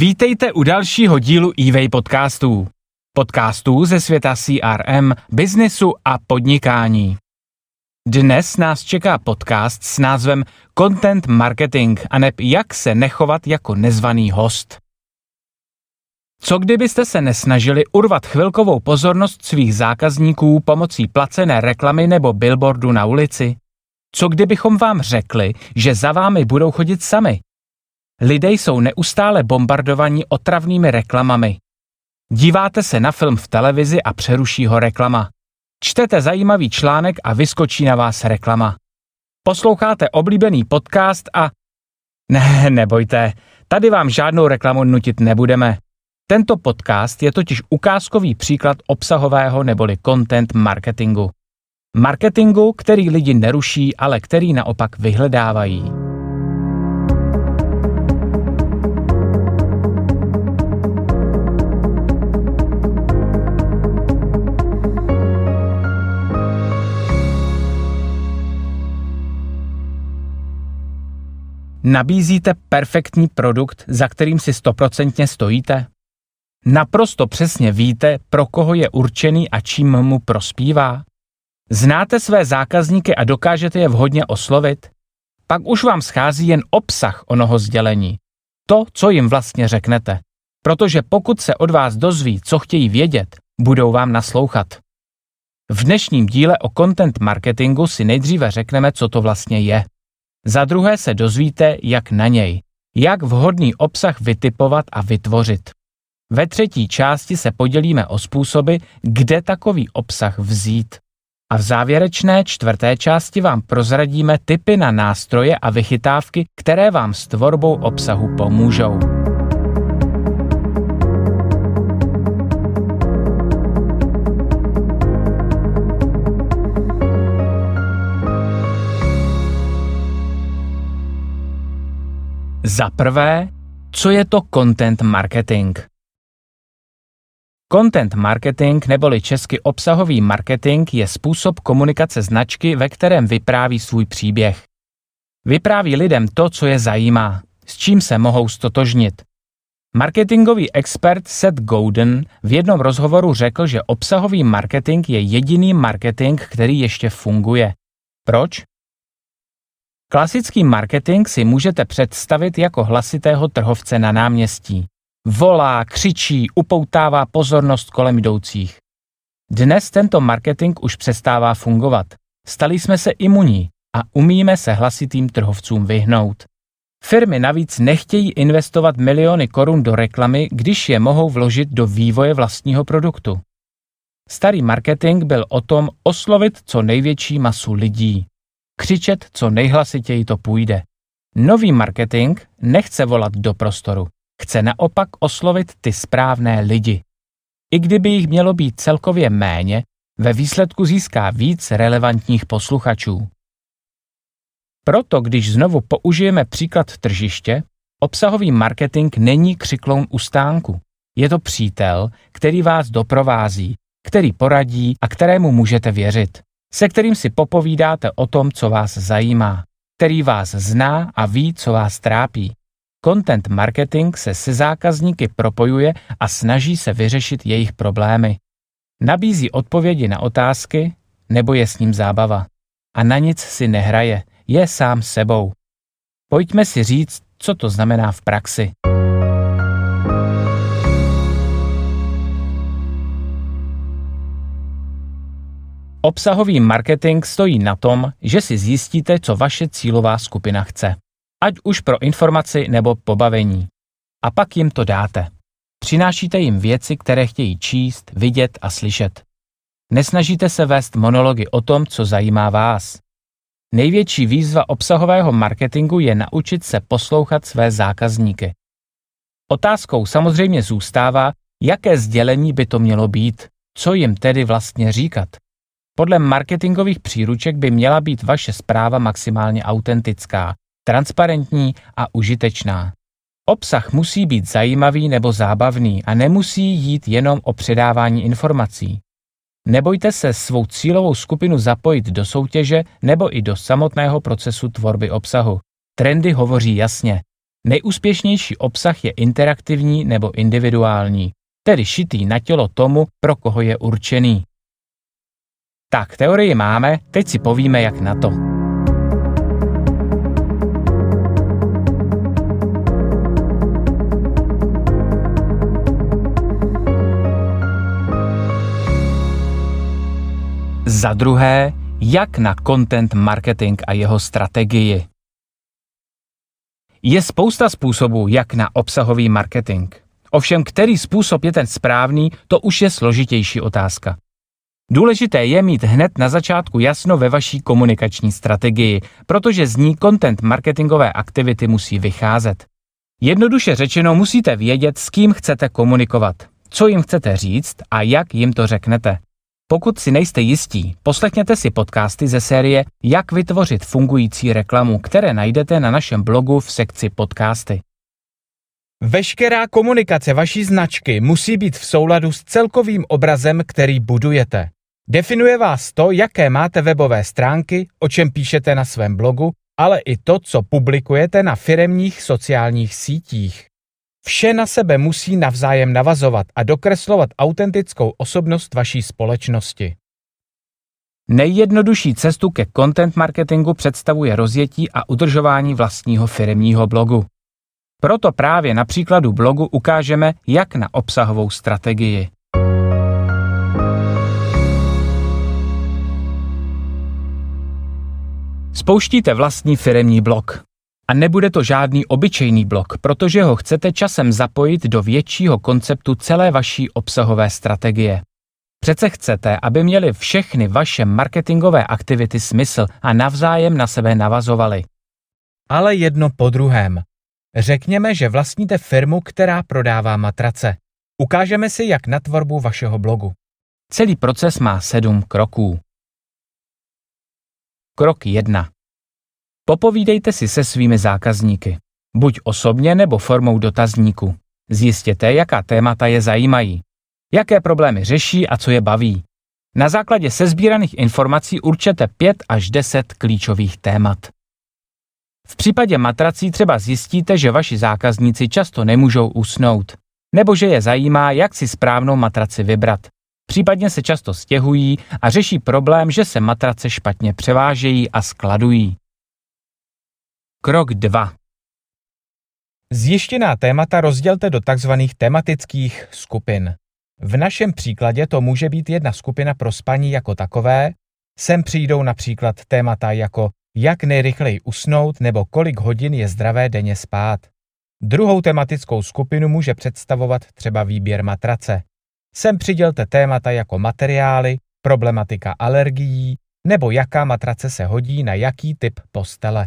Vítejte u dalšího dílu eWay podcastů. Podcastů ze světa CRM, biznesu a podnikání. Dnes nás čeká podcast s názvem Content Marketing aneb jak se nechovat jako nezvaný host. Co kdybyste se nesnažili urvat chvilkovou pozornost svých zákazníků pomocí placené reklamy nebo billboardu na ulici? Co kdybychom vám řekli, že za vámi budou chodit sami? Lidé jsou neustále bombardovaní otravnými reklamami. Díváte se na film v televizi a přeruší ho reklama. Čtete zajímavý článek a vyskočí na vás reklama. Posloucháte oblíbený podcast a... Nebojte, tady vám žádnou reklamu nutit nebudeme. Tento podcast je totiž ukázkový příklad obsahového neboli content marketingu. Marketingu, který lidi neruší, ale který naopak vyhledávají. Nabízíte perfektní produkt, za kterým si 100% stojíte? Naprosto přesně víte, pro koho je určený a čím mu prospívá? Znáte své zákazníky a dokážete je vhodně oslovit? Pak už vám schází jen obsah onoho sdělení. To, co jim vlastně řeknete. Protože pokud se od vás dozví, co chtějí vědět, budou vám naslouchat. V dnešním díle o content marketingu si nejdříve řekneme, co to vlastně je. Za druhé se dozvíte, jak na něj, jak vhodný obsah vytipovat a vytvořit. Ve třetí části se podělíme o způsoby, kde takový obsah vzít. A v závěrečné čtvrté části vám prozradíme tipy na nástroje a vychytávky, které vám s tvorbou obsahu pomůžou. Za prvé, co je to content marketing? Content marketing neboli česky obsahový marketing je způsob komunikace značky, ve kterém vypráví svůj příběh. Vypráví lidem to, co je zajímá, s čím se mohou stotožnit. Marketingový expert Seth Godin v jednom rozhovoru řekl, že obsahový marketing je jediný marketing, který ještě funguje. Proč? Klasický marketing si můžete představit jako hlasitého trhovce na náměstí. Volá, křičí, upoutává pozornost kolem jdoucích. Dnes tento marketing už přestává fungovat. Stali jsme se imunní a umíme se hlasitým trhovcům vyhnout. Firmy navíc nechtějí investovat miliony korun do reklamy, když je mohou vložit do vývoje vlastního produktu. Starý marketing byl o tom oslovit co největší masu lidí. Křičet, co nejhlasitěji to půjde. Nový marketing nechce volat do prostoru. Chce naopak oslovit ty správné lidi. I kdyby jich mělo být celkově méně, ve výsledku získá víc relevantních posluchačů. Proto, když znovu použijeme příklad tržiště, obsahový marketing není křikloun u stánku. Je to přítel, který vás doprovází, který poradí a kterému můžete věřit. Se kterým si popovídáte o tom, co vás zajímá, který vás zná a ví, co vás trápí. Content marketing se se zákazníky propojuje a snaží se vyřešit jejich problémy. Nabízí odpovědi na otázky, nebo je s ním zábava. A na nic si nehraje, je sám sebou. Pojďme si říct, co to znamená v praxi. Obsahový marketing stojí na tom, že si zjistíte, co vaše cílová skupina chce. Ať už pro informaci nebo pobavení. A pak jim to dáte. Přinášíte jim věci, které chtějí číst, vidět a slyšet. Nesnažíte se vést monology o tom, co zajímá vás. Největší výzva obsahového marketingu je naučit se poslouchat své zákazníky. Otázkou samozřejmě zůstává, jaké sdělení by to mělo být, co jim tedy vlastně říkat. Podle marketingových příruček by měla být vaše zpráva maximálně autentická, transparentní a užitečná. Obsah musí být zajímavý nebo zábavný a nemusí jít jenom o předávání informací. Nebojte se svou cílovou skupinu zapojit do soutěže nebo i do samotného procesu tvorby obsahu. Trendy hovoří jasně. Nejúspěšnější obsah je interaktivní nebo individuální, tedy šitý na tělo tomu, pro koho je určený. Tak, teorii máme, teď si povíme, jak na to. Za druhé, jak na content marketing a jeho strategii. Je spousta způsobů, jak na obsahový marketing. Ovšem, který způsob je ten správný, to už je složitější otázka. Důležité je mít hned na začátku jasno ve vaší komunikační strategii, protože z ní content marketingové aktivity musí vycházet. Jednoduše řečeno musíte vědět, s kým chcete komunikovat, co jim chcete říct a jak jim to řeknete. Pokud si nejste jistí, poslechněte si podcasty ze série Jak vytvořit fungující reklamu, které najdete na našem blogu v sekci podcasty. Veškerá komunikace vaší značky musí být v souladu s celkovým obrazem, který budujete. Definuje vás to, jaké máte webové stránky, o čem píšete na svém blogu, ale i to, co publikujete na firemních sociálních sítích. Vše na sebe musí navzájem navazovat a dokreslovat autentickou osobnost vaší společnosti. Nejjednodušší cestu ke content marketingu představuje rozjetí a udržování vlastního firemního blogu. Proto právě na příkladu blogu ukážeme, jak na obsahovou strategii. Spouštíte vlastní firemní blog. A nebude to žádný obyčejný blog, protože ho chcete časem zapojit do většího konceptu celé vaší obsahové strategie. Přece chcete, aby měly všechny vaše marketingové aktivity smysl a navzájem na sebe navazovaly. Ale jedno po druhém. Řekněme, že vlastníte firmu, která prodává matrace. Ukážeme si, jak na tvorbu vašeho blogu. Celý proces má 7 kroků. Krok 1. Popovídejte si se svými zákazníky. Buď osobně nebo formou dotazníku. Zjistěte, jaká témata je zajímají. Jaké problémy řeší a co je baví. Na základě sesbíraných informací určete 5 až 10 klíčových témat. V případě matrací třeba zjistíte, že vaši zákazníci často nemůžou usnout, nebo že je zajímá, jak si správnou matraci vybrat. Případně se často stěhují a řeší problém, že se matrace špatně převážejí a skladují. Krok 2. Zjištěná témata rozdělte do tzv. Tematických skupin. V našem příkladě to může být jedna skupina pro spaní jako takové, sem přijdou například témata jako jak nejrychleji usnout nebo kolik hodin je zdravé denně spát. Druhou tematickou skupinu může představovat třeba výběr matrace. Sem přidělte témata jako materiály, problematika alergií nebo jaká matrace se hodí na jaký typ postele.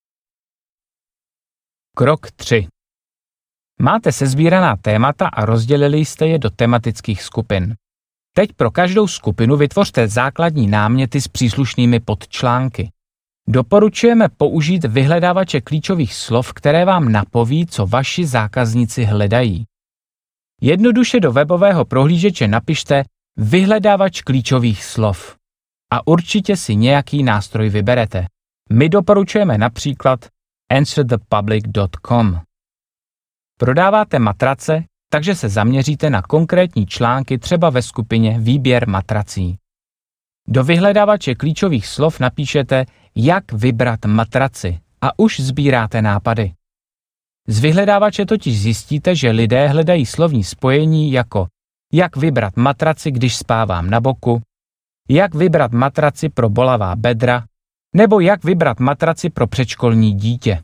Krok 3. Máte sesbíraná témata a rozdělili jste je do tematických skupin. Teď pro každou skupinu vytvořte základní náměty s příslušnými podčlánky. Doporučujeme použít vyhledávače klíčových slov, které vám napoví, co vaši zákazníci hledají. Jednoduše do webového prohlížeče napište vyhledávač klíčových slov a určitě si nějaký nástroj vyberete. My doporučujeme například answerthepublic.com. Prodáváte matrace, takže se zaměříte na konkrétní články třeba ve skupině Výběr matrací. Do vyhledávače klíčových slov napíšete jak vybrat matraci a už sbíráte nápady. Z vyhledávače totiž zjistíte, že lidé hledají slovní spojení jako jak vybrat matraci, když spávám na boku, jak vybrat matraci pro bolavá bedra, nebo jak vybrat matraci pro předškolní dítě.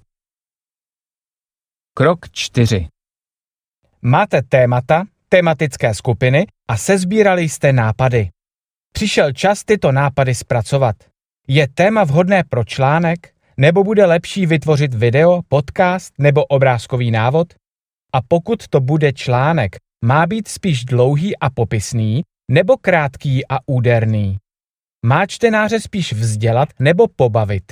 Krok 4. Máte témata, tematické skupiny a sesbírali jste nápady. Přišel čas tyto nápady zpracovat. Je téma vhodné pro článek, nebo bude lepší vytvořit video, podcast nebo obrázkový návod? A pokud to bude článek, má být spíš dlouhý a popisný, nebo krátký a úderný? Má čtenáře spíš vzdělat nebo pobavit?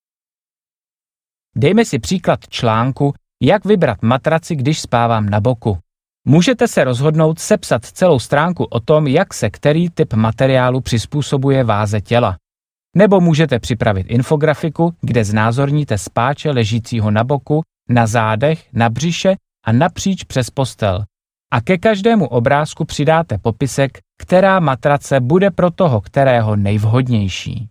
Dejme si příklad článku jak vybrat matraci, když spávám na boku. Můžete se rozhodnout sepsat celou stránku o tom, jak se který typ materiálu přizpůsobuje váze těla. Nebo můžete připravit infografiku, kde znázorníte spáče ležícího na boku na zádech, na břiše a napříč přes postel. A ke každému obrázku přidáte popisek, která matrace bude pro toho kterého nejvhodnější.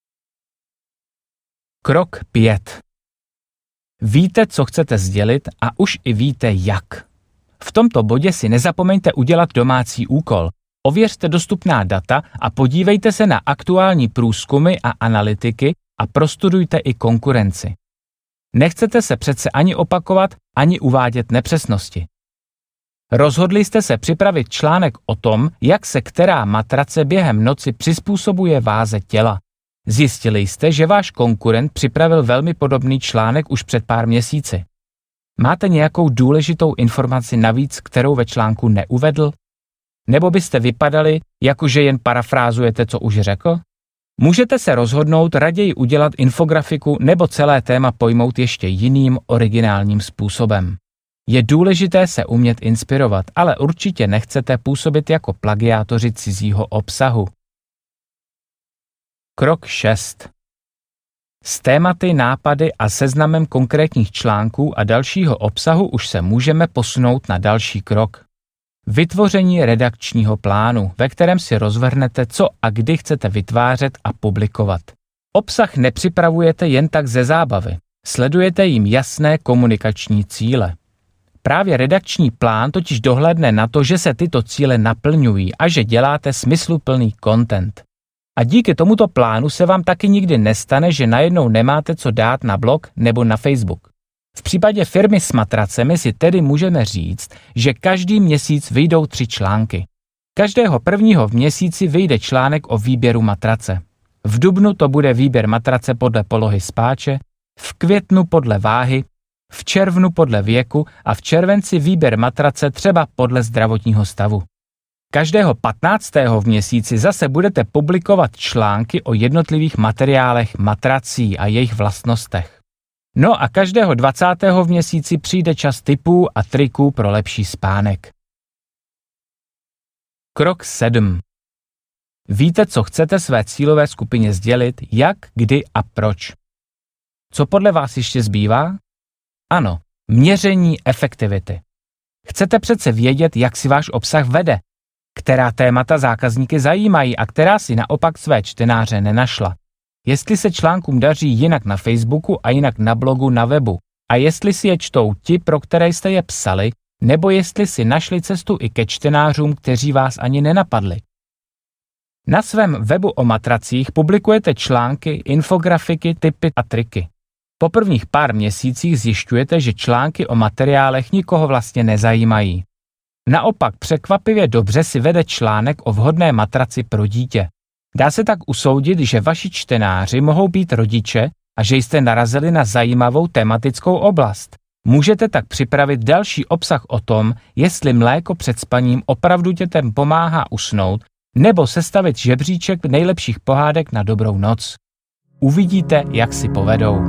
Krok 5. Víte, co chcete sdělit a už i víte jak. V tomto bodě si nezapomeňte udělat domácí úkol. Ověřte dostupná data a podívejte se na aktuální průzkumy a analytiky a prostudujte i konkurenci. Nechcete se přece ani opakovat, ani uvádět nepřesnosti. Rozhodli jste se připravit článek o tom, jak se která matrace během noci přizpůsobuje váze těla. Zjistili jste, že váš konkurent připravil velmi podobný článek už před pár měsíci. Máte nějakou důležitou informaci navíc, kterou ve článku neuvedl? Nebo byste vypadali, jakože jen parafrázujete, co už řekl? Můžete se rozhodnout raději udělat infografiku nebo celé téma pojmout ještě jiným originálním způsobem. Je důležité se umět inspirovat, ale určitě nechcete působit jako plagiátoři cizího obsahu. Krok 6. S tématy, nápady a seznamem konkrétních článků a dalšího obsahu už se můžeme posunout na další krok. Vytvoření redakčního plánu, ve kterém si rozvrhnete, co a kdy chcete vytvářet a publikovat. Obsah nepřipravujete jen tak ze zábavy. Sledujete jim jasné komunikační cíle. Právě redakční plán totiž dohlédne na to, že se tyto cíle naplňují a že děláte smysluplný content. A díky tomuto plánu se vám taky nikdy nestane, že najednou nemáte co dát na blog nebo na Facebook. V případě firmy s matracemi si tedy můžeme říct, že každý měsíc vyjdou 3 články. Každého prvního v měsíci vyjde článek o výběru matrace. V dubnu to bude výběr matrace podle polohy spáče, v květnu podle váhy, v červnu podle věku a v červenci výběr matrace třeba podle zdravotního stavu. Každého 15. v měsíci zase budete publikovat články o jednotlivých materiálech matrací a jejich vlastnostech. No a každého 20. v měsíci přijde čas tipů a triků pro lepší spánek. Krok 7. Víte, co chcete své cílové skupině sdělit, jak, kdy a proč. Co podle vás ještě zbývá? Ano, měření efektivity. Chcete přece vědět, jak si váš obsah vede, která témata zákazníky zajímají a která si naopak své čtenáře nenašla. Jestli se článkům daří jinak na Facebooku a jinak na blogu na webu a jestli si je čtou ti, pro které jste je psali, nebo jestli si našli cestu i ke čtenářům, kteří vás ani nenapadli. Na svém webu o matracích publikujete články, infografiky, tipy a triky. Po prvních pár měsících zjišťujete, že články o materiálech nikoho vlastně nezajímají. Naopak překvapivě dobře si vede článek o vhodné matraci pro dítě. Dá se tak usoudit, že vaši čtenáři mohou být rodiče a že jste narazili na zajímavou tematickou oblast. Můžete tak připravit další obsah o tom, jestli mléko před spaním opravdu dětem pomáhá usnout, nebo sestavit žebříček nejlepších pohádek na dobrou noc. Uvidíte, jak si povedou.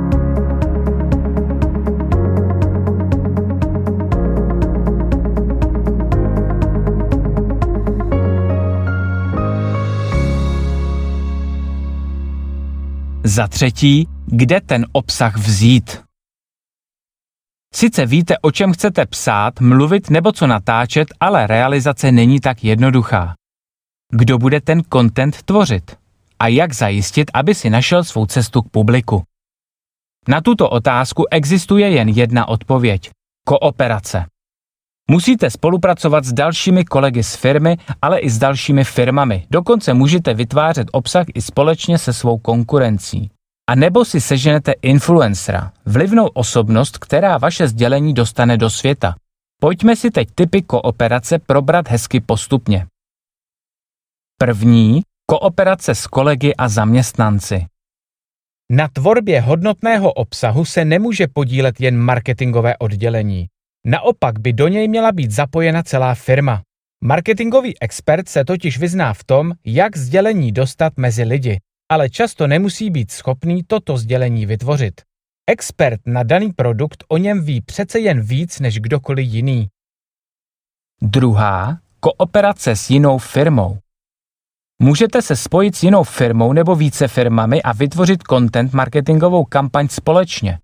Za třetí, kde ten obsah vzít? Sice víte, o čem chcete psát, mluvit nebo co natáčet, ale realizace není tak jednoduchá. Kdo bude ten content tvořit? A jak zajistit, aby si našel svou cestu k publiku? Na tuto otázku existuje jen jedna odpověď. Kooperace. Musíte spolupracovat s dalšími kolegy z firmy, ale i s dalšími firmami. Dokonce můžete vytvářet obsah i společně se svou konkurencí. A nebo si seženete influencera, vlivnou osobnost, která vaše sdělení dostane do světa. Pojďme si teď typy kooperace probrat hezky postupně. První, kooperace s kolegy a zaměstnanci. Na tvorbě hodnotného obsahu se nemůže podílet jen marketingové oddělení. Naopak by do něj měla být zapojena celá firma. Marketingový expert se totiž vyzná v tom, jak sdělení dostat mezi lidi, ale často nemusí být schopný toto sdělení vytvořit. Expert na daný produkt o něm ví přece jen víc než kdokoliv jiný. Druhá, kooperace s jinou firmou. Můžete se spojit s jinou firmou nebo více firmami a vytvořit content marketingovou kampaň společně.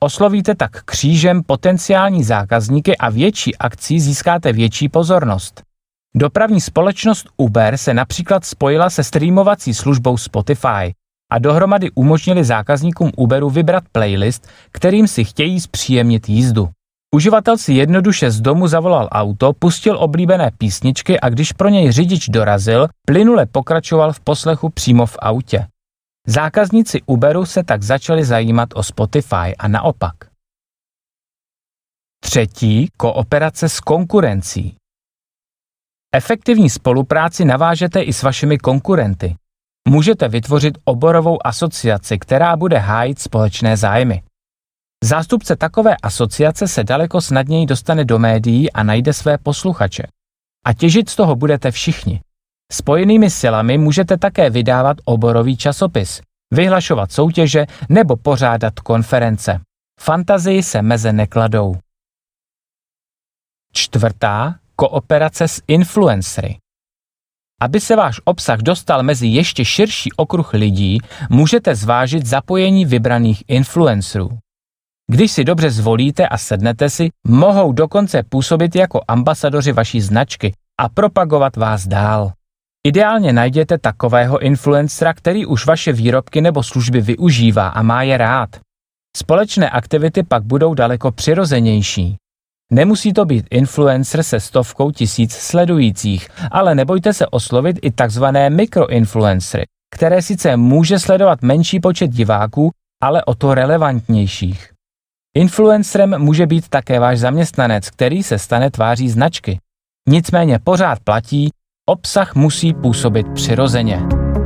Oslovíte tak křížem potenciální zákazníky a větší akcí získáte větší pozornost. Dopravní společnost Uber se například spojila se streamovací službou Spotify a dohromady umožnili zákazníkům Uberu vybrat playlist, kterým si chtějí zpříjemnit jízdu. Uživatel si jednoduše z domu zavolal auto, pustil oblíbené písničky a když pro něj řidič dorazil, plynule pokračoval v poslechu přímo v autě. Zákazníci Uberu se tak začali zajímat o Spotify a naopak. 3. Kooperace s konkurencí. Efektivní spolupráci navážete i s vašimi konkurenty. Můžete vytvořit oborovou asociaci, která bude hájit společné zájmy. Zástupce takové asociace se daleko snadněji dostane do médií a najde své posluchače. A těžit z toho budete všichni. Spojenými silami můžete také vydávat oborový časopis, vyhlašovat soutěže nebo pořádat konference. Fantazii se meze nekladou. 4. Kooperace s influencery. Aby se váš obsah dostal mezi ještě širší okruh lidí, můžete zvážit zapojení vybraných influencerů. Když si dobře zvolíte a sednete si, mohou dokonce působit jako ambasadoři vaší značky a propagovat vás dál. Ideálně najděte takového influencera, který už vaše výrobky nebo služby využívá a má je rád. Společné aktivity pak budou daleko přirozenější. Nemusí to být influencer se 100 000 sledujících, ale nebojte se oslovit i takzvané mikroinfluencery, které sice může sledovat menší počet diváků, ale o to relevantnějších. Influencerem může být také váš zaměstnanec, který se stane tváří značky. Nicméně pořád platí, obsah musí působit přirozeně.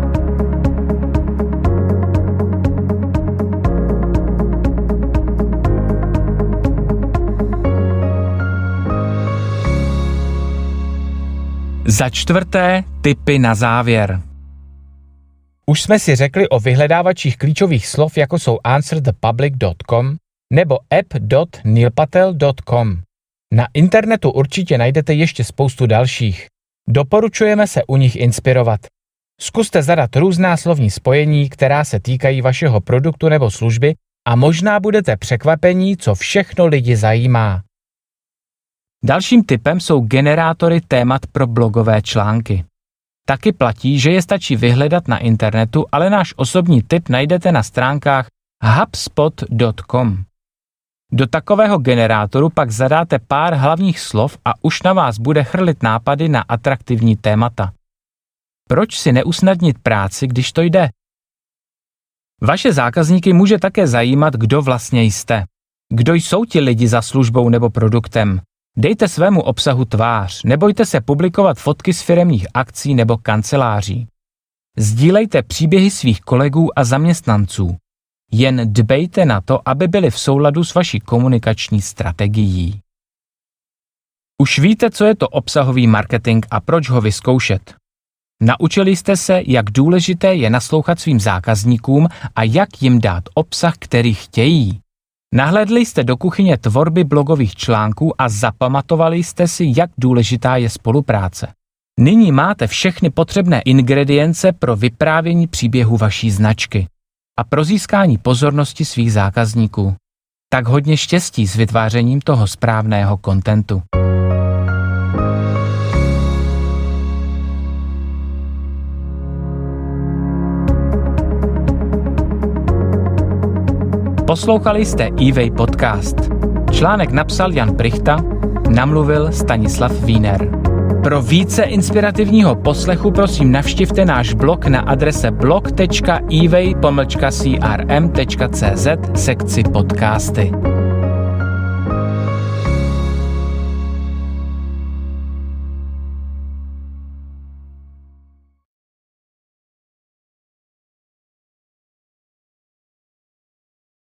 Za 4. tipy na závěr. Už jsme si řekli o vyhledávačích klíčových slov, jako jsou answerthepublic.com nebo app.neilpatel.com. Na internetu určitě najdete ještě spoustu dalších. Doporučujeme se u nich inspirovat. Zkuste zadat různá slovní spojení, která se týkají vašeho produktu nebo služby a možná budete překvapení, co všechno lidi zajímá. Dalším tipem jsou generátory témat pro blogové články. Taky platí, že je stačí vyhledat na internetu, ale náš osobní tip najdete na stránkách hubspot.com. Do takového generátoru pak zadáte pár hlavních slov a už na vás bude chrlit nápady na atraktivní témata. Proč si neusnadnit práci, když to jde? Vaše zákazníky může také zajímat, kdo vlastně jste. Kdo jsou ti lidi za službou nebo produktem? Dejte svému obsahu tvář, nebojte se publikovat fotky z firemních akcí nebo kanceláří. Sdílejte příběhy svých kolegů a zaměstnanců. Jen dbejte na to, aby byly v souladu s vaší komunikační strategií. Už víte, co je to obsahový marketing a proč ho vyzkoušet. Naučili jste se, jak důležité je naslouchat svým zákazníkům a jak jim dát obsah, který chtějí. Nahlédli jste do kuchyně tvorby blogových článků a zapamatovali jste si, jak důležitá je spolupráce. Nyní máte všechny potřebné ingredience pro vyprávění příběhu vaší značky a pro získání pozornosti svých zákazníků. Tak hodně štěstí s vytvářením toho správného kontentu. Poslouchali jste eWay podcast. Článek napsal Jan Prichta, namluvil Stanislav Wiener. Pro více inspirativního poslechu prosím navštivte náš blog na adrese blog.eway-crm.cz sekci podcasty.